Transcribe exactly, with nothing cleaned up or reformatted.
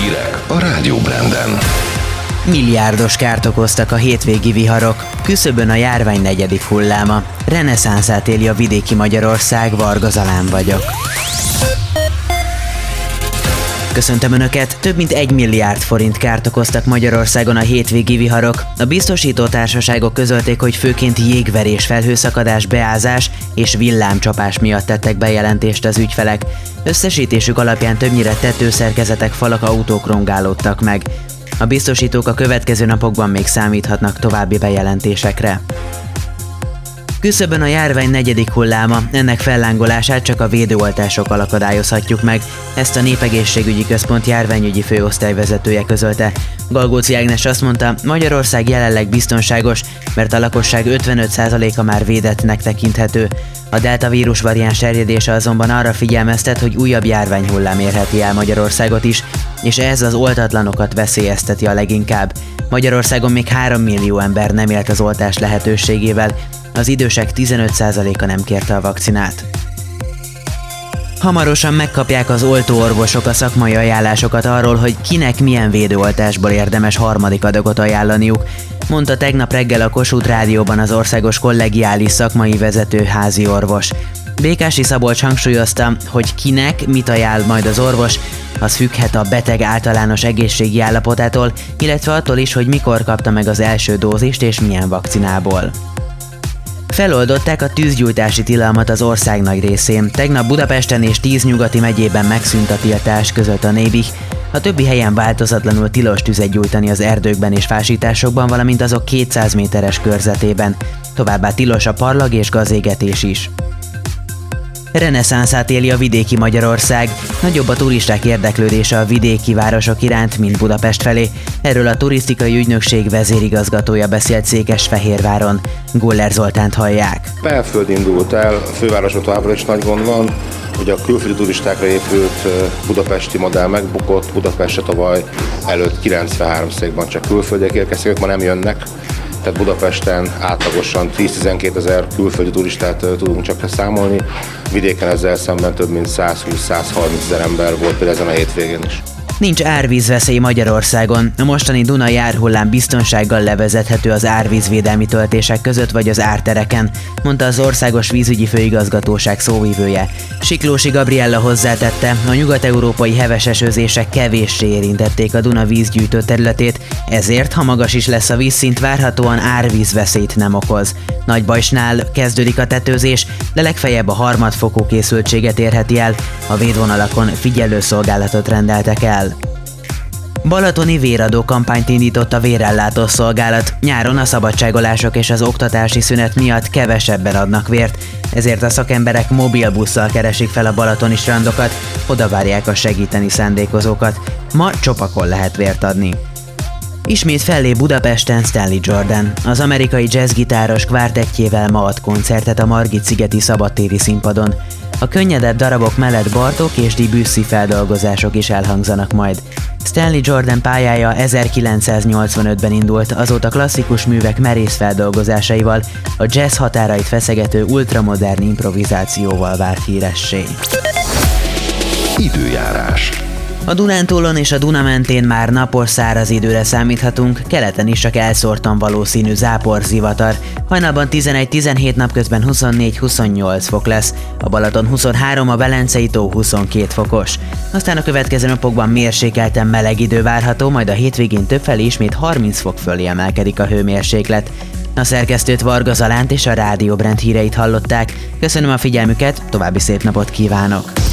Hírek a Rádió Branden. Milliárdos kárt okoztak a hétvégi viharok, küszöbön a járvány negyedik hulláma. Reneszánszát éli a vidéki Magyarország, Varga Zalán vagyok. Köszöntöm Önöket! Több mint egy milliárd forint kárt okoztak Magyarországon a hétvégi viharok. A biztosító társaságok közölték, hogy főként jégverés, felhőszakadás, beázás és villámcsapás miatt tettek bejelentést az ügyfelek. Összesítésük alapján többnyire tetőszerkezetek, falak, autók rongálódtak meg. A biztosítók a következő napokban még számíthatnak további bejelentésekre. Küszöbön a járvány negyedik hulláma, ennek fellángolását csak a védőoltásokkal akadályozhatjuk meg, ezt a Népegészségügyi Központ járványügyi főosztályvezetője közölte. Galgóci Ágnes azt mondta, Magyarország jelenleg biztonságos, mert a lakosság ötvenöt százaléka már védettnek tekinthető. A delta vírus variáns terjedése azonban arra figyelmeztet, hogy újabb járványhullám érheti el Magyarországot is, és ez az oltatlanokat veszélyezteti a leginkább. Magyarországon még három millió ember nem élt az oltás lehetőségével, az idősek tizenöt százaléka nem kérte a vakcinát. Hamarosan megkapják az oltóorvosok a szakmai ajánlásokat arról, hogy kinek milyen védőoltásból érdemes harmadik adagot ajánlaniuk, mondta tegnap reggel a Kossuth Rádióban az országos kollegiális szakmai vezető házi orvos. Békási Szabolcs hangsúlyozta, hogy kinek mit ajánl majd az orvos, az függhet a beteg általános egészségi állapotától, illetve attól is, hogy mikor kapta meg az első dózist és milyen vakcinából. Feloldották a tűzgyújtási tilalmat az ország nagy részén. Tegnap Budapesten és tíz nyugati megyében megszűnt a tiltás, között a Nébih. A többi helyen változatlanul tilos tüzet gyújtani az erdőkben és fásításokban, valamint azok kétszáz méteres körzetében. Továbbá tilos a parlag és gazégetés is. Reneszánszát éli a vidéki Magyarország. Nagyobb a turisták érdeklődése a vidéki városok iránt, mint Budapest felé. Erről a turisztikai ügynökség vezérigazgatója beszélt Székesfehérváron. Guller Zoltánt hallják. Belföld indult el, a fővároson továbbra is nagy gond van. Ugye a külföldi turistákra épült budapesti modell megbukott, Budapestre tavaly előtt kilencvenhárom százalékban csak külföldiek érkeztek, ők ma nem jönnek. Tehát Budapesten átlagosan tíz-tizenkét ezer külföldi turistát tudunk csak számolni, vidéken ezzel szemben több mint százhúsz-százharminc ezer ember volt például ezen a hétvégén is. Nincs árvízveszély Magyarországon. A mostani Duna járhullám biztonsággal levezethető az árvízvédelmi töltések között vagy az ártereken, mondta az Országos Vízügyi Főigazgatóság szóvivője. Siklósi Gabriella hozzátette, a nyugat-európai heves esőzések kevéssé érintették a Duna vízgyűjtő területét, ezért, ha magas is lesz a vízszint, várhatóan árvízveszélyt nem okoz. Nagybajsnál kezdődik a tetőzés, de legfeljebb a harmadfokú készültséget érheti el, a védvonalakon figyelőszolgálatot rendeltek el. Balatoni véradó kampányt indított a vérellátó szolgálat. Nyáron a szabadságolások és az oktatási szünet miatt kevesebben adnak vért, ezért a szakemberek mobilbusszal keresik fel a balatoni strandokat, oda várják a segíteni szándékozókat. Ma Csopakon lehet vért adni. Ismét fellép Budapesten Stanley Jordan. Az amerikai jazzgitáros kvártettjével ma ad koncertet a Margit-szigeti szabadtéri színpadon. A könnyedebb darabok mellett Bartók és Debussy feldolgozások is elhangzanak majd. Stanley Jordan pályája ezerkilencszáznyolcvanötben indult, azóta klasszikus művek merész feldolgozásaival, a jazz határait feszegető ultramodern improvizációval vált híressé. Időjárás. A Dunántúlon és a Duna mentén már napos száraz időre számíthatunk, keleten is csak elszórtan valószínű zápor, zivatar. Hajnalban tizenegy-tizenhét, napközben huszonnégy-huszonnyolc fok lesz, a Balaton huszonhárom, a Velencei tó huszonkét fokos. Aztán a következő napokban mérsékelten meleg idő várható, majd a hétvégén többfelé ismét harminc fok fölé emelkedik a hőmérséklet. A szerkesztőt, Varga Zalánt és a Rádió Brand híreit hallották. Köszönöm a figyelmüket, további szép napot kívánok!